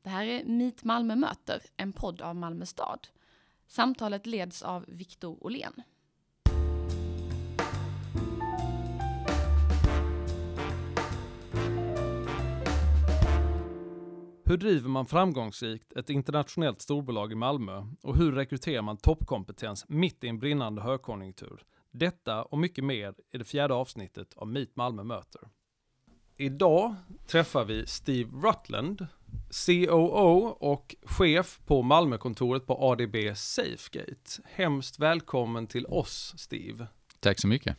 Det här är Meet Malmö möter, en podd av Malmö stad. Samtalet leds av Viktor Åhlén. Hur driver man framgångsrikt ett internationellt storbolag i Malmö och hur rekryterar man toppkompetens mitt i en brinnande högkonjunktur? Detta och mycket mer i det 4:e avsnittet av Meet Malmö möter. Idag träffar vi Steve Rutland, COO och chef på Malmökontoret på ADB Safegate. Hemskt välkommen till oss, Steve. Tack så mycket.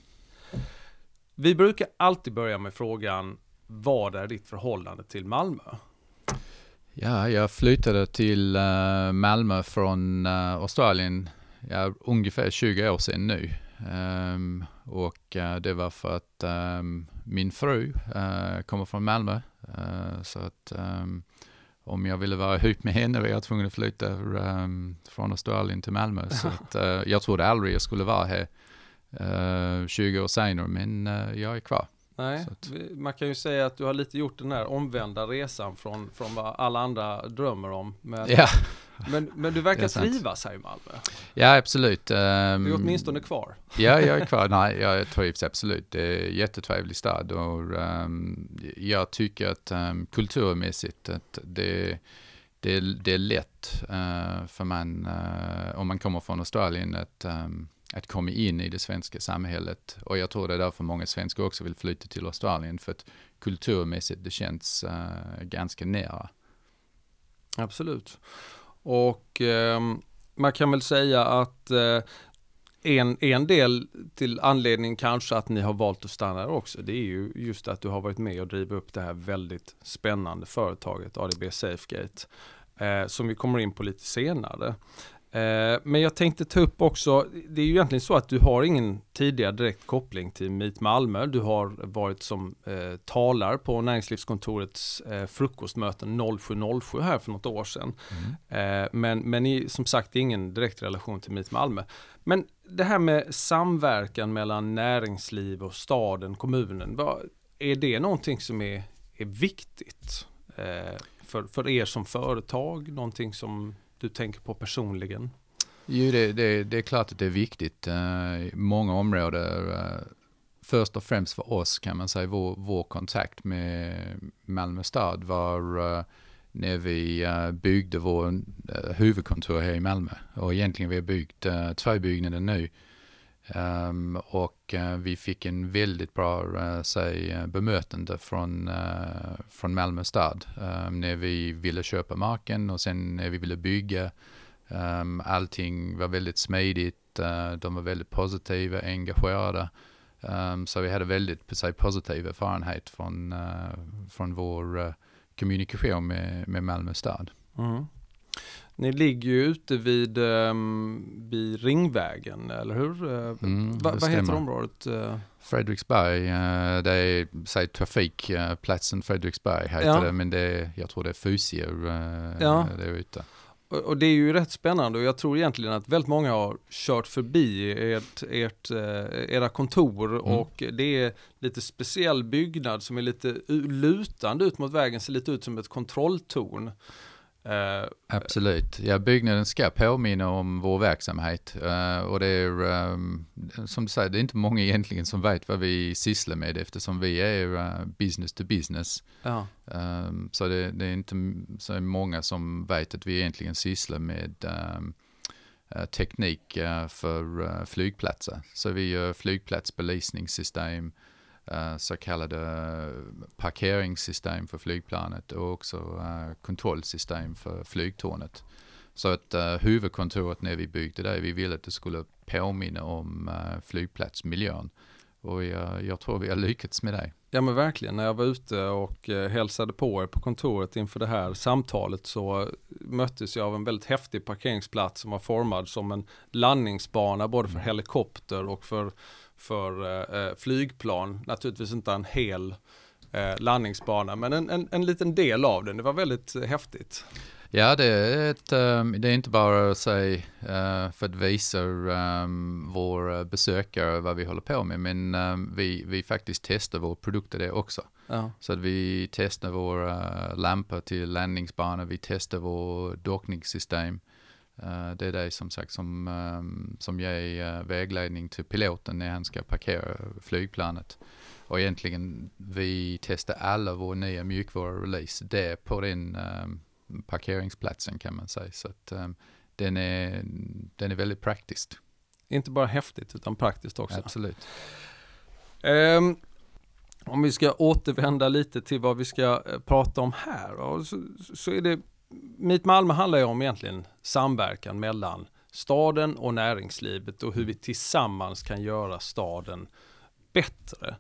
Vi brukar alltid börja med frågan, vad är ditt förhållande till Malmö? Ja, jag flyttade till Malmö från Australien ungefär 20 år sedan nu. Och det var för att min fru kommer från Malmö. Så att om jag ville vara ihop med henne var jag tvungen att flytta från Australien till Malmö. Så att, jag trodde aldrig jag skulle vara här 20 år senare, men jag är kvar. Nej, man kan ju säga att du har lite gjort den här omvända resan från vad alla andra drömmer om. Men du verkar trivas här i Malmö. Ja, absolut. Du är åtminstone kvar. Ja, jag är kvar. Nej, jag trivs absolut. Det är en jättetrevlig stad och jag tycker att kulturmässigt att det är lätt för man, om man kommer från Australien att komma in i det svenska samhället. Och jag tror det är därför många svenskar också vill flytta till Australien, för att kulturmässigt det känns ganska nära. Absolut. Och man kan väl säga att en del till anledning kanske att ni har valt att stanna där också, det är ju just att du har varit med och drivit upp det här väldigt spännande företaget ADB Safegate, som vi kommer in på lite senare. Men jag tänkte ta upp också, det är ju egentligen så att du har ingen tidigare direkt koppling till Meet Malmö. Du har varit som talar på Näringslivskontorets frukostmöten 0707 här för något år sedan. Men som sagt ingen direkt relation till Meet Malmö. Men det här med samverkan mellan näringsliv och staden, kommunen, är det någonting som är viktigt för er som företag? Någonting som du tänker på personligen? Jo, det är klart att det är viktigt. Många områden, först och främst för oss kan man säga, vår kontakt med Malmö stad var när vi byggde vår huvudkontor här i Malmö. Och egentligen vi har byggt 2 byggnader nu. Och vi fick en väldigt bra bemötande från Malmö stad när vi ville köpa marken och sen när vi ville bygga. Allting var väldigt smidigt, de var väldigt positiva, engagerade. Så vi hade väldigt positiv erfarenhet från vår kommunikation med Malmö stad. Mm. Ni ligger ju ute vid Ringvägen, eller hur? Vad heter området? Fredriksberg, det är trafikplatsen Fredriksberg heter det, men jag tror det är Fusier där ute. Och det är ju rätt spännande, och jag tror egentligen att väldigt många har kört förbi era kontor, och det är lite speciell byggnad som är lite lutande ut mot vägen, ser lite ut som ett kontrolltorn. Absolut. Ja, byggnaden ska påminna om vår verksamhet och det är som du säger, det är inte många egentligen som vet vad vi sysslar med, eftersom vi är business to business. Ja. Så det är inte så många som vet att vi egentligen sysslar med teknik för flygplatser. Så vi gör flygplatsbelysningssystem, så kallade parkeringssystem för flygplanet och också kontrollsystem för flygtornet. Så att huvudkontoret när vi byggde det, vi ville att det skulle påminna om flygplatsmiljön. Och jag tror vi har lyckats med det. Ja, men verkligen. När jag var ute och hälsade på er på kontoret inför det här samtalet så möttes jag av en väldigt häftig parkeringsplats som var formad som en landningsbana både för helikopter och för flygplan. Naturligtvis inte en hel landningsbana, men en liten del av den. Det var väldigt häftigt. Ja, det är inte bara att säga för att visa våra besökare vad vi håller på med, men vi faktiskt testar våra produkter det också. Ja. Så att vi testar våra lampor till landningsbanor, vi testar vår dockningssystem. Det är det som sagt som ger vägledning till piloten när han ska parkera flygplanet. Och egentligen vi testar alla våra nya mjukvaru-release det på den parkeringsplatsen kan man säga. Så att den är väldigt praktisk. Inte bara häftigt utan praktiskt också. Absolut. Om vi ska återvända lite till vad vi ska prata om här. Så är det, Meet Malmö handlar ju om egentligen samverkan mellan staden och näringslivet och hur vi tillsammans kan göra staden bättre.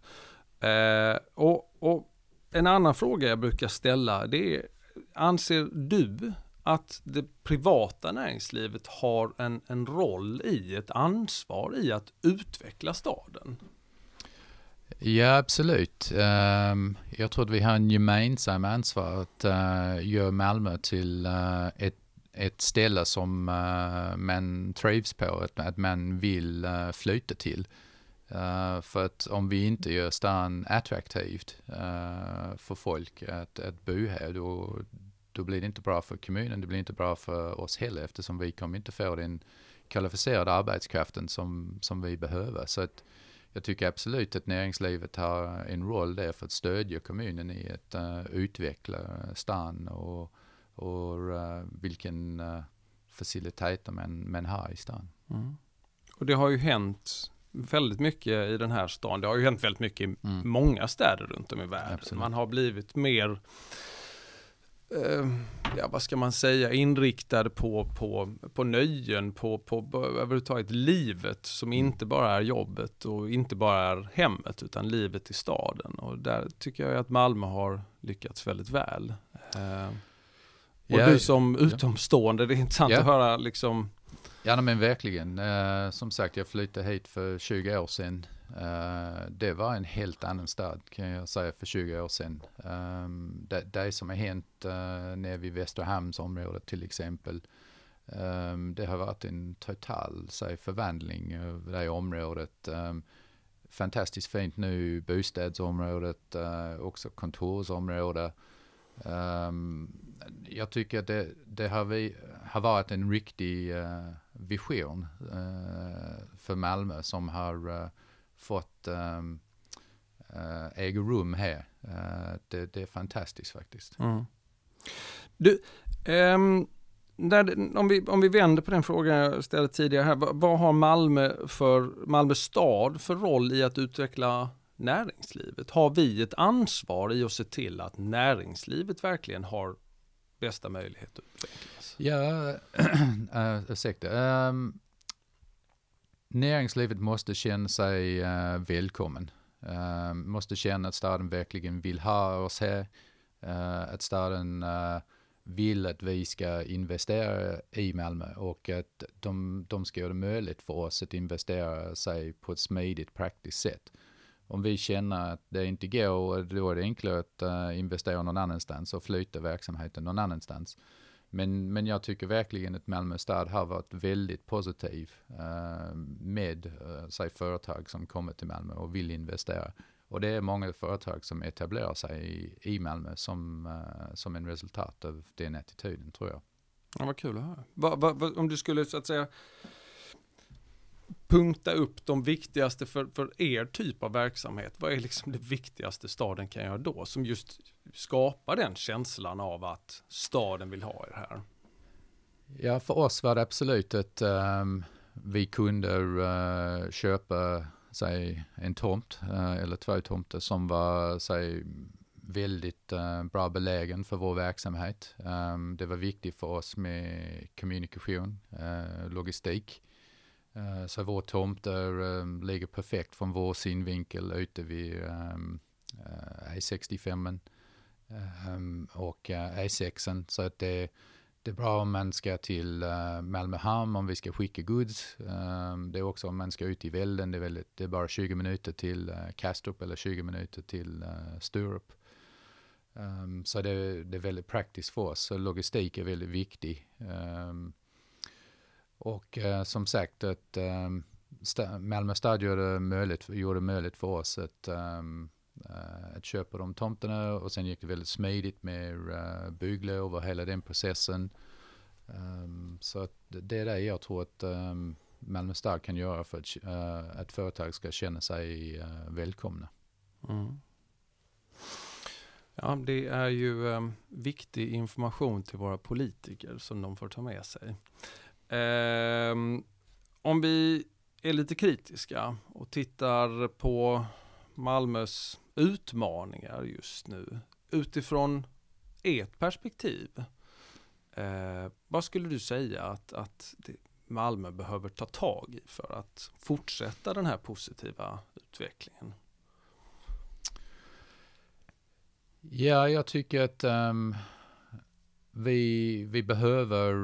Och en annan fråga jag brukar ställa, det är: anser du att det privata näringslivet har en roll i, ett ansvar i att utveckla staden? Ja, absolut. Jag tror att vi har en gemensam ansvar att göra Malmö till ett ställe som man trivs på, att man vill flytta till. För att om vi inte gör stan attraktivt för folk att bo här, då blir det inte bra för kommunen, det blir inte bra för oss heller, eftersom vi kommer inte få den kvalificerade arbetskraften som vi behöver. Så att jag tycker absolut att näringslivet har en roll där för att stödja kommunen i att utveckla stan och vilken faciliteter man har i stan. Mm. Och det har ju hänt väldigt mycket i den här stan. Det har ju hänt väldigt mycket i många städer runt om i världen. Absolut. Man har blivit mer vad ska man säga, inriktad på nöjen, på överhuvudtaget livet som inte bara är jobbet och inte bara är hemmet utan livet i staden. Och där tycker jag att Malmö har lyckats väldigt väl. Och du som utomstående, det är intressant att höra liksom. Ja, men verkligen. Som sagt, jag flyttade hit för 20 år sedan. Det var en helt annan stad kan jag säga för 20 år sedan. Det som har hänt nere vid Västerhamnsområdet till exempel, det har varit en total förvandling av det det fantastiskt fint nu, bostadsområdet, också kontorsområde. Jag tycker att det har varit en riktig vision för Malmö som har fått äga rum här. Det är fantastiskt faktiskt. Mm. Du, om vi vänder på den frågan jag ställde tidigare här. Vad har Malmö stad för roll i att utveckla näringslivet? Har vi ett ansvar i att se till att näringslivet verkligen har bästa möjlighet att utvecklas? Ja, ursäkta. Näringslivet måste känna sig välkommen. Måste känna att staden verkligen vill ha oss här. Att staden vill att vi ska investera i Malmö och att de ska göra det möjligt för oss att investera sig på ett smidigt, praktiskt sätt. Om vi känner att det inte går, då är det enklare att investera någon annanstans och flytta verksamheten någon annanstans. Men jag tycker verkligen att Malmö stad har varit väldigt positiv med företag som kommer till Malmö och vill investera. Och det är många företag som etablerar sig i Malmö som en resultat av den attityden, tror jag. Ja, vad kul att höra. Om du skulle så att säga punkta upp de viktigaste för er typ av verksamhet, vad är liksom det viktigaste staden kan göra då som just skapar den känslan av att staden vill ha er här? Ja, för oss var det absolut att vi kunde köpa en tomt eller 2 tomter som var väldigt bra belägen för vår verksamhet. Det var viktigt för oss med kommunikation, logistik. Så vår tomter ligger perfekt från vår synvinkel ute vid E65 och E6. Så att det är bra om man ska till Malmö hamn, om vi ska skicka goods. Det är också om man ska ut i Välden. Det är bara 20 minuter till Kastrup eller 20 minuter till Sturup. Så det är väldigt praktiskt för oss. Så logistik är väldigt viktig. Och som sagt att Malmö stad gjorde möjligt för oss att köpa de tomterna, och sen gick det väldigt smidigt med bygglov och hela den processen. Så att det är det jag tror att Malmö stad kan göra för att företag ska känna sig välkomna. Mm. Ja, det är ju viktig information till våra politiker som de får ta med sig. Om vi är lite kritiska och tittar på Malmös utmaningar just nu utifrån ert perspektiv, vad skulle du säga att Malmö behöver ta tag i för att fortsätta den här positiva utvecklingen? Ja, jag tycker att vi behöver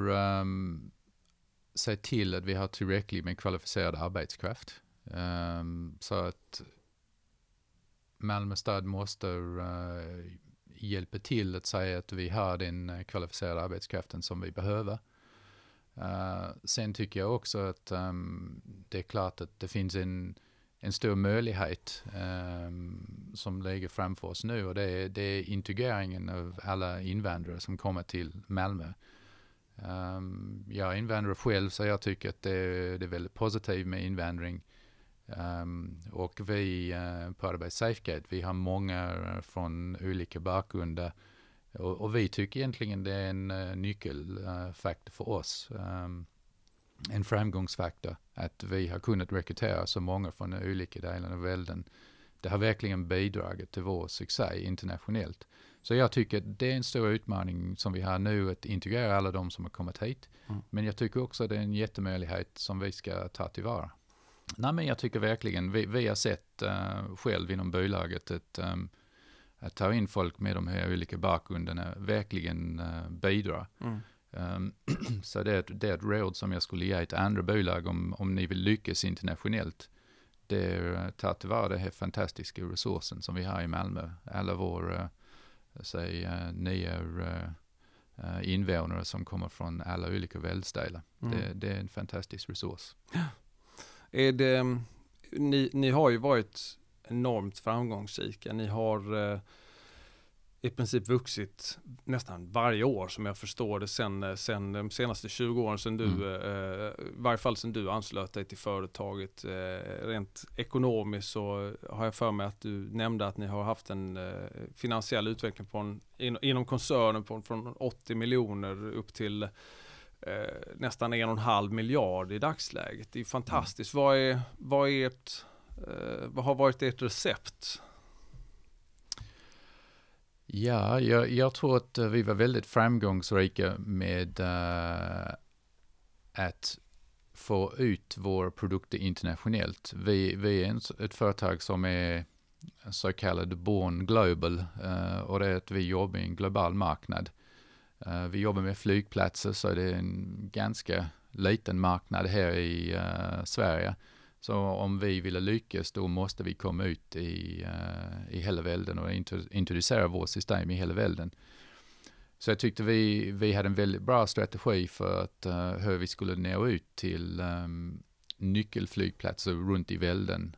se till att vi har tillräckligt med kvalificerad arbetskraft. Så att Malmö stad måste hjälpa till att säga att vi har den kvalificerade arbetskraften som vi behöver. Sen tycker jag också att det är klart att det finns en stor möjlighet som ligger framför oss nu, och det är integreringen av alla invandrare som kommer till Malmö. Jag är invandrare själv, så jag tycker att det är väldigt positivt med invandring. Och vi på Arbete Safegate, vi har många från olika bakgrunder, och vi tycker egentligen det är en nyckelfaktor för oss. En framgångsfaktor att vi har kunnat rekrytera så många från olika delar av världen. Det har verkligen bidragit till vår succé internationellt. Så jag tycker att det är en stor utmaning som vi har nu, att integrera alla de som har kommit hit. Men jag tycker också att det är en jättemöjlighet som vi ska ta tillvara. Nej, men jag tycker verkligen, vi har sett själv inom bolaget att ta in folk med de här olika bakgrunderna verkligen bidrar. Så det är ett råd som jag skulle ge till andra bolag om ni vill lyckas internationellt. Det är att ta tillvara den här fantastiska resursen som vi har i Malmö. Alla våra nya invånare som kommer från alla olika världsdelar. Det är en fantastisk resurs. Ni har ju varit enormt framgångsrika. Ni har i princip vuxit nästan varje år, som jag förstår det, sen de senaste 20 åren, i varje fall sen du anslöt dig till företaget. Rent ekonomiskt så har jag för mig att du nämnde att ni har haft en finansiell utveckling inom koncernen från 80 miljoner upp till nästan 1,5 miljard i dagsläget. Det är fantastiskt. Vad har varit ert recept? Ja, jag tror att vi var väldigt framgångsrika med att få ut våra produkter internationellt. Vi är ett företag som är så kallad born global, och det är att vi jobbar i en global marknad. Vi jobbar med flygplatser, så det är en ganska liten marknad här i Sverige. Så om vi vill lyckas, då måste vi komma ut i hela världen och introducera vårt system i hela världen. Så jag tyckte vi hade en väldigt bra strategi för att hur vi skulle nå ut till nyckelflygplatser runt i världen.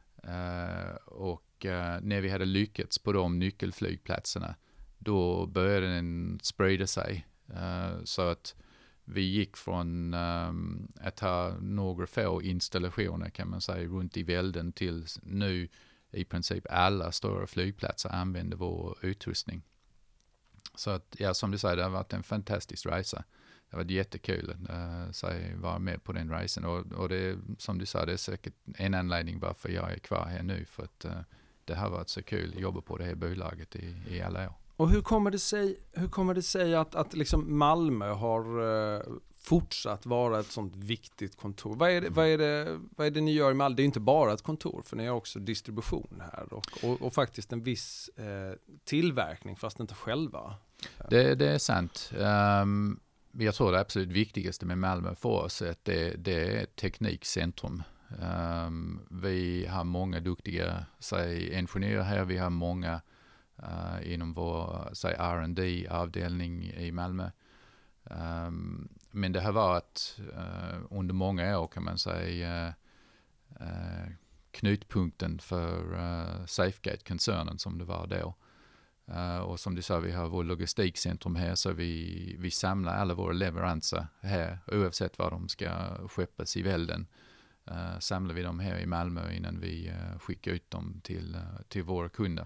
Och när vi hade lyckats på de nyckelflygplatserna, då började den sprida sig. Så att vi gick från att ha några få installationer, kan man säga, runt i världen till nu i princip alla stora flygplatser använder vår utrustning. Så att, ja, som du säger, det har varit en fantastisk resa. Det har varit jättekul att vara med på den resan. Och det, som du sa, det är säkert en anledning varför jag är kvar här nu. För att det har varit så kul att jobba på det här bolaget i alla år. Och hur kommer det sig att liksom Malmö har fortsatt vara ett sånt viktigt kontor? Vad är det ni gör i Malmö? Det är inte bara ett kontor, för ni har också distribution här och faktiskt en viss tillverkning, fast inte själva. Det är sant. Jag tror det absolut viktigaste med Malmö för oss är att det är ett teknikcentrum. Vi har många duktiga ingenjörer här, vi har många inom vår R&D-avdelning i Malmö. Men det har varit under många år kan man säga knutpunkten för Safegate-koncernen som det var då. Och som du sa, vi har vår logistikcentrum här, så vi samlar alla våra leveranser här oavsett var de ska skeppas i världen. Samlar vi dem här i Malmö innan vi skickar ut dem till våra kunder.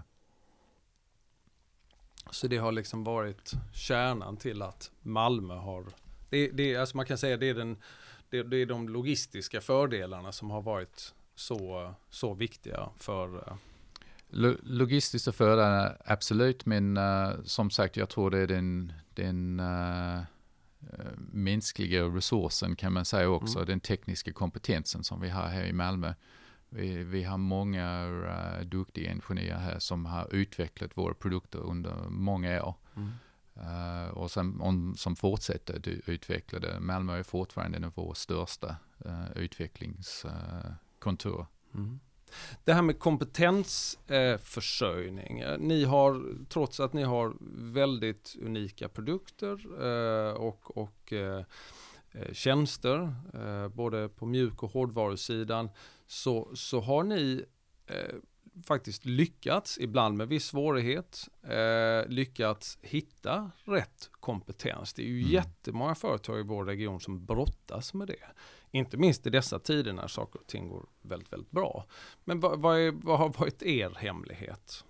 Så det har liksom varit kärnan till att Malmö har, alltså man kan säga det är de logistiska fördelarna som har varit så viktiga för... Logistiska fördelar, absolut, men som sagt, jag tror det är den mänskliga resursen kan man säga också, den tekniska kompetensen som vi har här i Malmö. Vi har många duktiga ingenjörer här som har utvecklat våra produkter under många år. Och som fortsätter att utveckla det. Malmö är fortfarande en av våra största utvecklingskontor. Det här med kompetensförsörjning. Ni har, trots att ni har väldigt unika produkter och tjänster, både på mjuk- och hårdvarusidan, så har ni faktiskt lyckats, ibland med viss svårighet, lyckats hitta rätt kompetens. Det är ju jättemånga företag i vår region som brottas med det. Inte minst i dessa tider när saker och ting går väldigt, väldigt bra. Men vad har varit er hemlighet?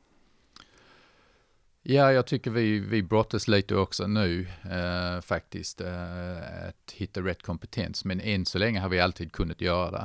Ja, jag tycker vi brottas lite också nu faktiskt att hitta rätt kompetens. Men än så länge har vi alltid kunnat göra det.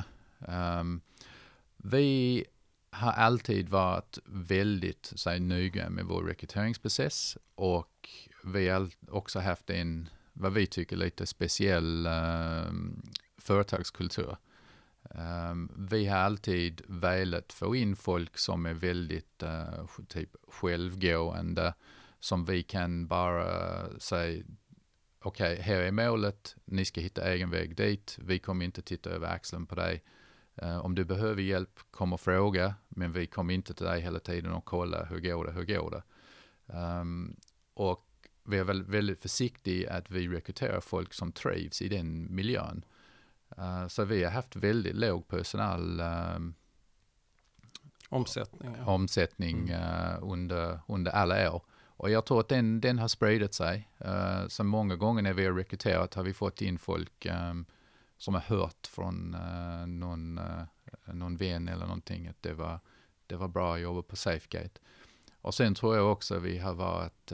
Vi har alltid varit väldigt noga med vår rekryteringsprocess, och vi har också haft en, vad vi tycker, lite speciell företagskultur. Vi har alltid velat få in folk som är väldigt typ självgående, som vi kan bara säga okej, här är målet, ni ska hitta egen väg dit, vi kommer inte titta över axeln på dig. Om du behöver hjälp, kom och fråga, men vi kommer inte till dig hela tiden och kolla hur går det. Och vi är väldigt försiktiga att vi rekryterar folk som trivs i den miljön. Så vi har haft väldigt låg personal omsättning under alla år. Och jag tror att den har spridit sig. Så många gånger när vi har rekryterat har vi fått in folk som har hört från någon vän eller någonting att det var bra att jobba på Safegate. Och sen tror jag också vi har varit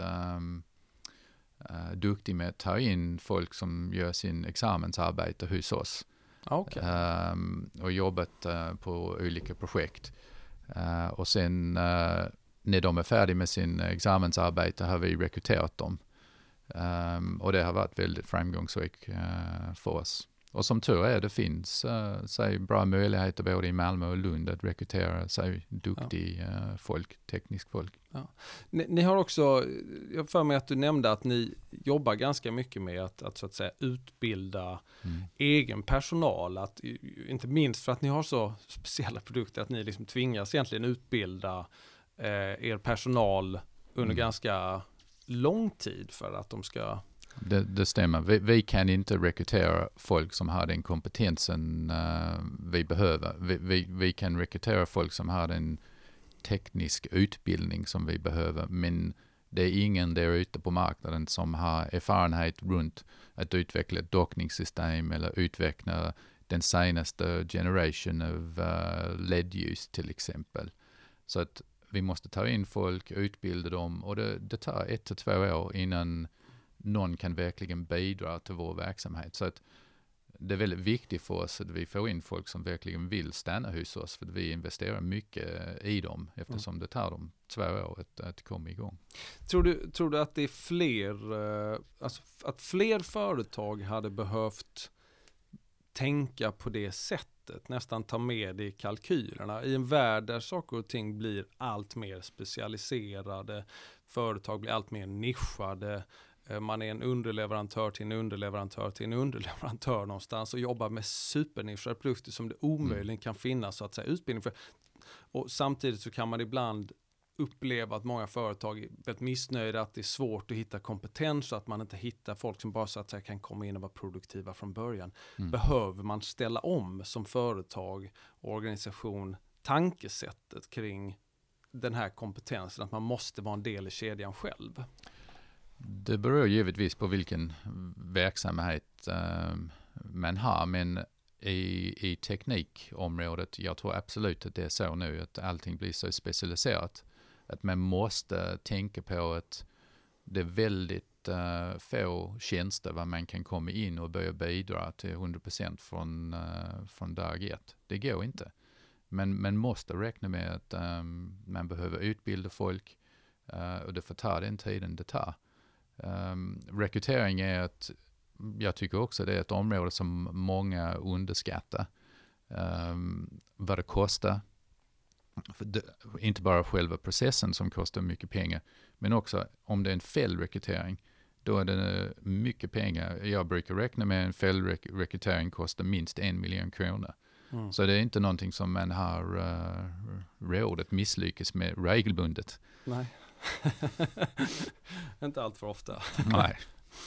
duktiga med att ta in folk som gör sin examensarbete hos oss. Okay. Och jobbat på olika projekt. Och sen när de är färdiga med sin examensarbete har vi rekryterat dem. Och det har varit väldigt framgångsrikt för oss. Och som tur är, det finns bra möjligheter både i Malmö och Lund att rekrytera duktig folk, teknisk folk. Ja. Ni har också, jag för mig att du nämnde att ni jobbar ganska mycket med att så att säga utbilda egen personal. Att, inte minst för att ni har så speciella produkter, att ni liksom tvingas egentligen utbilda er personal under ganska lång tid för att de ska... Det stämmer. Vi kan inte rekrytera folk som har den kompetensen vi behöver. Vi kan rekrytera folk som har den teknisk utbildning som vi behöver, men det är ingen där ute på marknaden som har erfarenhet runt att utveckla ett dockningssystem eller utveckla den senaste generation av LED-ljus till exempel. Så att vi måste ta in folk, utbilda dem, och det tar 1 till 2 år innan någon kan verkligen bidra till vår verksamhet. Så att det är väldigt viktigt för oss att vi får in folk som verkligen vill stanna hos oss, för att vi investerar mycket i dem eftersom det tar dem 2 år att komma igång. Tror du att det är att fler företag hade behövt tänka på det sättet, nästan ta med det i kalkylerna, i en värld där saker och ting blir allt mer specialiserade, företag blir allt mer nischade, man är en underleverantör till en underleverantör till en underleverantör någonstans och jobbar med supernischade produkter som det omöjligen kan finnas så att säga utbildning för. Och samtidigt så kan man ibland upplever att många företag är väldigt missnöjda, att det är svårt att hitta kompetens och att man inte hittar folk som bara så att säga kan komma in och vara produktiva från början. Behöver man ställa om som företag och organisation tankesättet kring den här kompetensen, att man måste vara en del i kedjan själv? Det beror givetvis på vilken verksamhet man har, men i teknikområdet, jag tror absolut att det är så nu att allting blir så specialiserat att man måste tänka på att det är väldigt få tjänster var man kan komma in och börja bidra till 100% från dag ett. Det går inte. Men man måste räkna med att man behöver utbilda folk och det får ta den tiden det tar. Rekrytering är jag tycker också det är ett område som många underskattar. Vad det kostar. Inte bara själva processen som kostar mycket pengar, men också om det är en felrekrytering, då är det mycket pengar. Jag brukar räkna med en felrekrytering kostar minst 1 miljon kronor. Så det är inte någonting som man har råd att misslyckas med regelbundet. Nej, inte allt för ofta. Nej.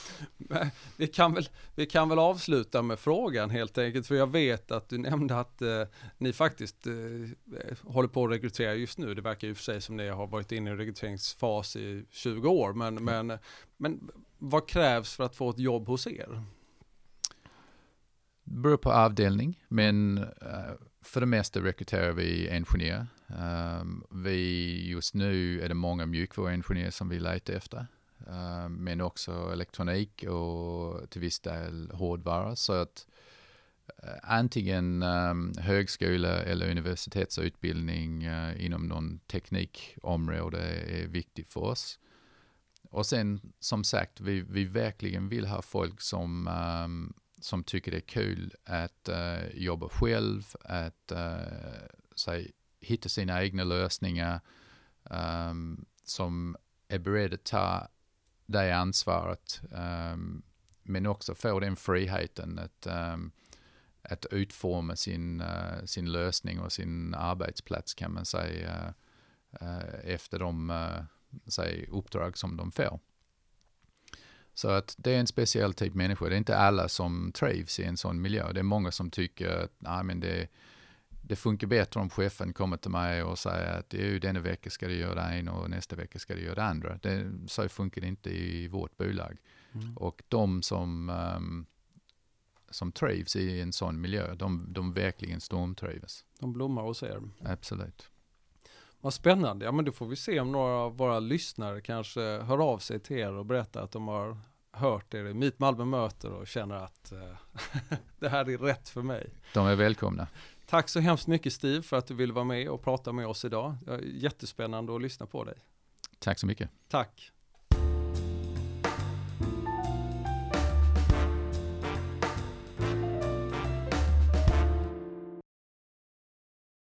Vi kan väl avsluta med frågan helt enkelt, för jag vet att du nämnde att ni faktiskt håller på att rekrytera just nu. Det verkar ju för sig som ni har varit inne i en rekryteringsfas i 20 år, men vad krävs för att få ett jobb hos er? Det beror på avdelning, men för det mesta rekryterar vi ingenjörer. Just nu är det många mjukvaruingenjörer som vi letar efter. Men också elektronik och till viss del hårdvara. Så att antingen högskola eller universitetsutbildning inom någon teknikområde är viktigt för oss. Och sen som sagt, vi verkligen vill ha folk som tycker det är kul att jobba själv, att hitta sina egna lösningar, som är beredda att ta det ansvaret, men också få den friheten att utforma sin lösning och sin arbetsplats, kan man säga, efter de uppdrag som de får. Så att det är en speciell typ människor. Det är inte alla som trivs i en sån miljö. Det är många som tycker att det funkar bättre om chefen kommer till mig och säger att denna vecka ska du göra det ena och nästa vecka ska du göra det andra. Så funkar det inte i vårt bolag. Och de som trivs i en sån miljö, de verkligen stormtrivs. De blommar hos er. Absolut. Vad spännande. Ja, men då får vi se om några av våra lyssnare kanske hör av sig till er och berättar att de har hört er i Meet Malmö möter och känner att det här är rätt för mig. De är välkomna. Tack så hemskt mycket, Steve, för att du ville vara med och prata med oss idag. Det är jättespännande att lyssna på dig. Tack så mycket. Tack.